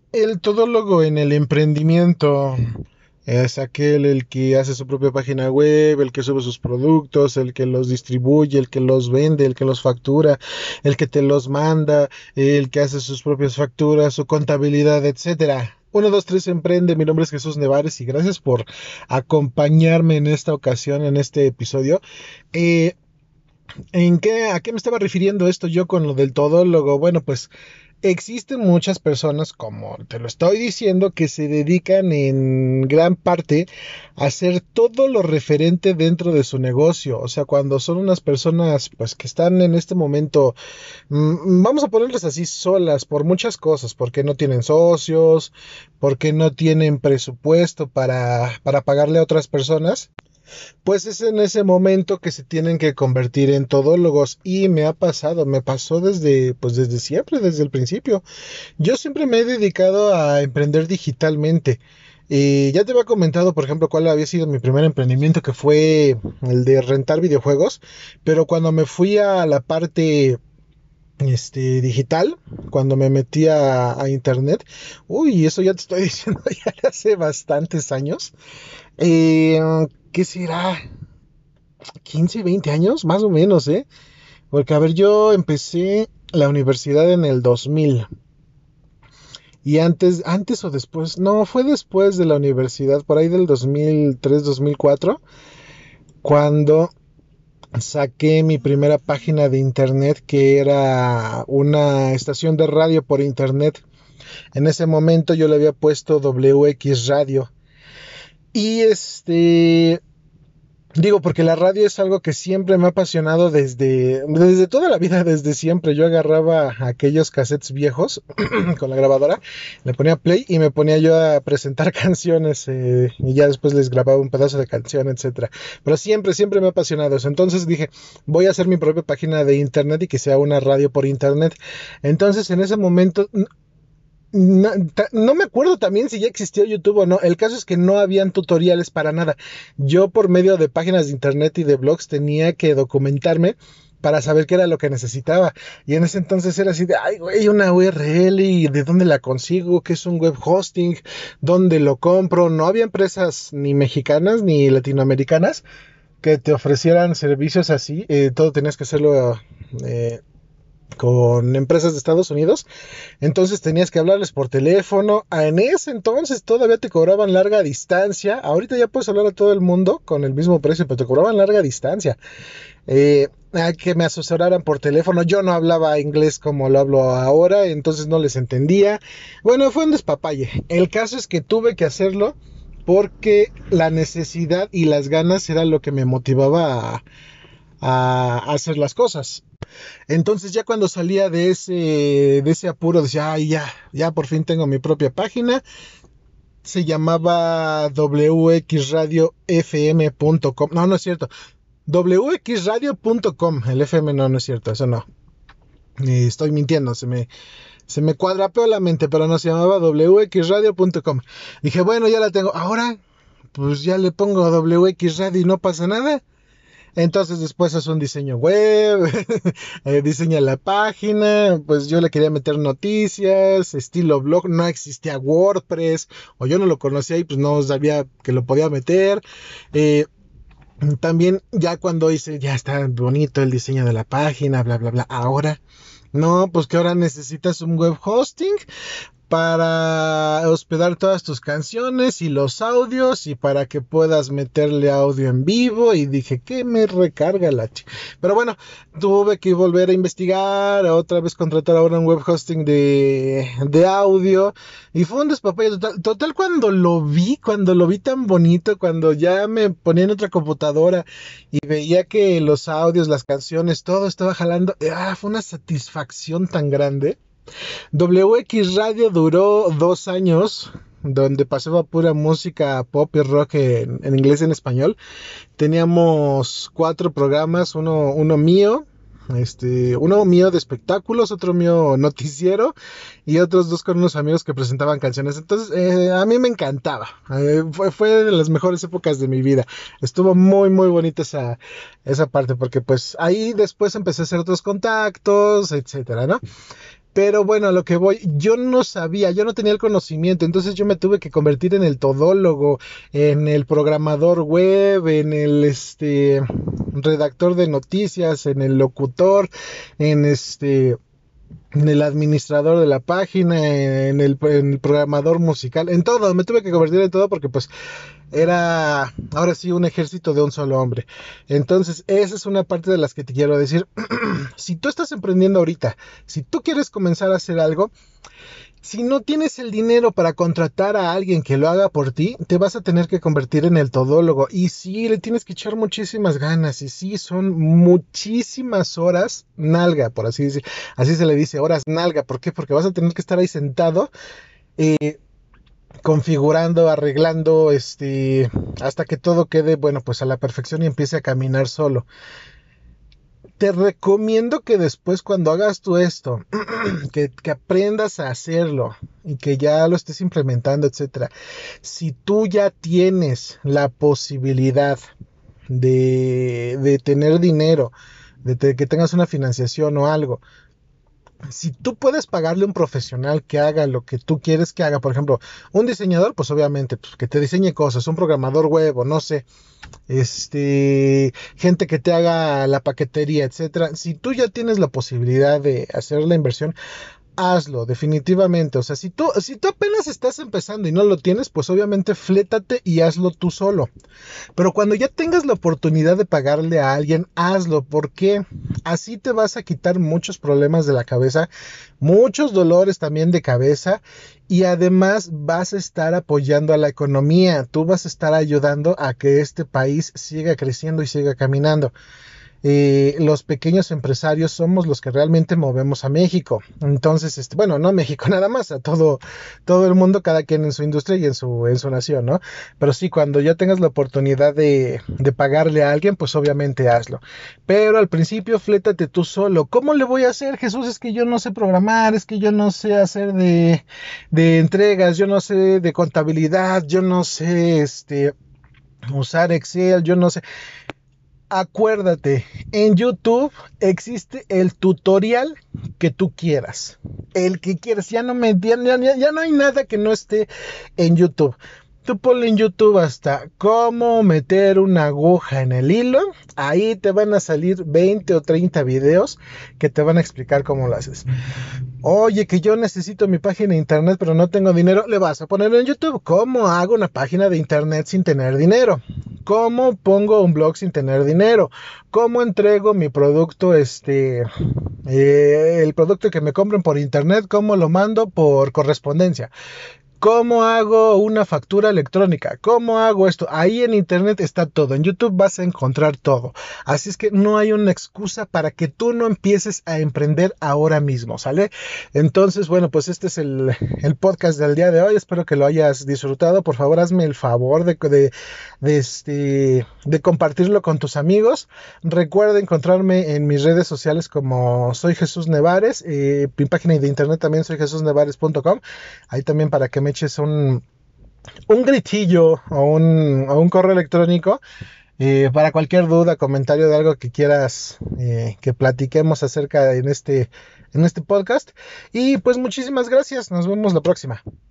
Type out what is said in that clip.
El todólogo en el emprendimiento es aquel el que hace su propia página web, el que sube sus productos, el que los distribuye, el que los vende, el que los factura, el que te los manda, el que hace sus propias facturas, su contabilidad, etcétera. Uno, dos, tres, emprende. Mi nombre es Jesús Nevares y gracias por acompañarme en esta ocasión, en este episodio. Eh, ¿A qué me estaba refiriendo esto yo con lo del todólogo? Bueno, pues existen muchas personas, como te lo estoy diciendo, que se dedican en gran parte a hacer todo lo referente dentro de su negocio. O sea, cuando son unas personas, pues, que están en este momento, vamos a ponerles así, solas por muchas cosas, porque no tienen socios, porque no tienen presupuesto para pagarle a otras personas, pues es en ese momento que se tienen que convertir en todólogos y me ha pasado, me pasó desde, pues desde siempre, desde el principio. Yo siempre me he dedicado a emprender digitalmente. Ya te había comentado, por ejemplo, cuál había sido mi primer emprendimiento, que fue el de rentar videojuegos, pero cuando me fui a la parte digital, cuando me metí a internet, uy, eso ya te estoy diciendo ya de hace bastantes años. Eh, ¿Qué será? 15, 20 años, más o menos, ¿eh? Porque, a ver, yo empecé la universidad en el 2000. Y antes o después, no, fue después de la universidad, por ahí del 2003, 2004, cuando saqué mi primera página de internet, que era una estación de radio por internet. En ese momento yo le había puesto WX Radio. Y digo, porque la radio es algo que siempre me ha apasionado desde toda la vida, desde siempre. Yo agarraba aquellos cassettes viejos con la grabadora, le ponía play y me ponía yo a presentar canciones, y ya después les grababa un pedazo de canción, etcétera. Pero siempre, siempre me ha apasionado eso. Entonces dije, voy a hacer mi propia página de internet y que sea una radio por internet. Entonces en ese momento no, no me acuerdo también si ya existió YouTube o no. El caso es que no habían tutoriales para nada. Yo por medio de páginas de internet y de blogs tenía que documentarme para saber qué era lo que necesitaba. Y en ese entonces era así de, ay, güey, una URL y de dónde la consigo, qué es un web hosting, dónde lo compro. No había empresas ni mexicanas ni latinoamericanas que te ofrecieran servicios así. Todo tenías que hacerlo con empresas de Estados Unidos. Entonces tenías que hablarles por teléfono. En ese entonces todavía te cobraban larga distancia. Ahorita ya puedes hablar a todo el mundo con el mismo precio, pero te cobraban larga distancia. A que me asesoraran por teléfono. Yo no hablaba inglés como lo hablo ahora, entonces no les entendía. Bueno, fue un despapalle. El caso es que tuve que hacerlo porque la necesidad y las ganas era lo que me motivaba a hacer las cosas. Entonces ya cuando salía de ese apuro, decía, ay, ya por fin tengo mi propia página. Se llamaba wxradiofm.com. No, no es cierto. wxradio.com. El FM no, no es cierto, eso no. Estoy mintiendo, se me cuadrapeó la mente, pero no, se llamaba wxradio.com. Dije, bueno, ya la tengo. Ahora, pues ya le pongo wxradio y no pasa nada. Entonces después hace un diseño web, diseña la página, pues yo le quería meter noticias, estilo blog, no existía WordPress, o yo no lo conocía y pues no sabía que lo podía meter. Eh, También ya cuando hice, ya está bonito el diseño de la página, bla, bla, bla, ahora, no, pues que ahora necesitas un web hosting para hospedar todas tus canciones y los audios y para que puedas meterle audio en vivo. Y dije, ¿qué me recarga la Pero bueno, tuve que volver a investigar, otra vez contratar ahora un web hosting de audio y fue un despapalle total, cuando lo vi tan bonito, cuando ya me ponía en otra computadora y veía que los audios, las canciones, todo estaba jalando. Fue una satisfacción tan grande. WX Radio duró 2 años, donde pasaba pura música pop y rock en inglés y en español. Teníamos 4 programas, uno mío de espectáculos, otro mío noticiero y otros dos con unos amigos que presentaban canciones. Entonces, a mí me encantaba. Fue de las mejores épocas de mi vida. Estuvo muy, muy bonita esa parte, porque pues ahí después empecé a hacer otros contactos, etcétera, ¿no? Pero bueno, a lo que voy, yo no sabía, yo no tenía el conocimiento, entonces yo me tuve que convertir en el todólogo, en el programador web, en el redactor de noticias, en el locutor, en en el administrador de la página, en el programador musical, en todo, me tuve que convertir en todo porque pues era ahora sí un ejército de un solo hombre. Entonces, esa es una parte de las que te quiero decir. Si tú estás emprendiendo ahorita, si tú quieres comenzar a hacer algo, si no tienes el dinero para contratar a alguien que lo haga por ti, te vas a tener que convertir en el todólogo. Y sí, le tienes que echar muchísimas ganas. Y sí, son muchísimas horas nalga, por así decir. Así se le dice, horas nalga. ¿Por qué? Porque vas a tener que estar ahí sentado, configurando, arreglando, hasta que todo quede, bueno, pues a la perfección y empiece a caminar solo. Te recomiendo que después cuando hagas tú esto, que aprendas a hacerlo y que ya lo estés implementando, etcétera. Si tú ya tienes la posibilidad de tener dinero, que tengas una financiación o algo, si tú puedes pagarle a un profesional que haga lo que tú quieres que haga, por ejemplo, un diseñador, pues obviamente, pues, que te diseñe cosas, un programador web o no sé, gente que te haga la paquetería, etcétera. Si tú ya tienes la posibilidad de hacer la inversión, hazlo, definitivamente. O sea, si tú apenas estás empezando y no lo tienes, pues obviamente flétate y hazlo tú solo. Pero cuando ya tengas la oportunidad de pagarle a alguien, hazlo, porque así te vas a quitar muchos problemas de la cabeza, muchos dolores también de cabeza, y además vas a estar apoyando a la economía. Tú vas a estar ayudando a que este país siga creciendo y siga caminando. Los pequeños empresarios somos los que realmente movemos a México. Entonces, bueno, no a México nada más, a todo el mundo, cada quien en su industria y en su nación, ¿no? Pero sí, cuando ya tengas la oportunidad de pagarle a alguien, pues obviamente hazlo. Pero al principio, flétate tú solo. ¿Cómo le voy a hacer, Jesús? Es que yo no sé programar, es que yo no sé hacer de entregas, yo no sé de contabilidad, yo no sé, usar Excel, yo no sé. Acuérdate, en YouTube existe el tutorial que tú quieras. El que quieras. Ya no hay nada que no esté en YouTube. Tú ponle en YouTube hasta cómo meter una aguja en el hilo. Ahí te van a salir 20 o 30 videos que te van a explicar cómo lo haces. Oye, que yo necesito mi página de internet, pero no tengo dinero. Le vas a poner en YouTube cómo hago una página de internet sin tener dinero. Cómo pongo un blog sin tener dinero. Cómo entrego mi producto, el producto que me compren por internet, cómo lo mando por correspondencia. ¿Cómo hago una factura electrónica? ¿Cómo hago esto? Ahí en internet está todo. En YouTube vas a encontrar todo. Así es que no hay una excusa para que tú no empieces a emprender ahora mismo, ¿sale? Entonces, bueno, pues este es el podcast del día de hoy. Espero que lo hayas disfrutado. Por favor, hazme el favor de compartirlo con tus amigos. Recuerda encontrarme en mis redes sociales como Soy Jesús Nevares. Mi página de internet también soyjesusnevares.com. Ahí también para que me eches un gritillo o un correo electrónico para cualquier duda, comentario de algo que quieras que platiquemos acerca en este podcast. Y pues muchísimas gracias. Nos vemos la próxima.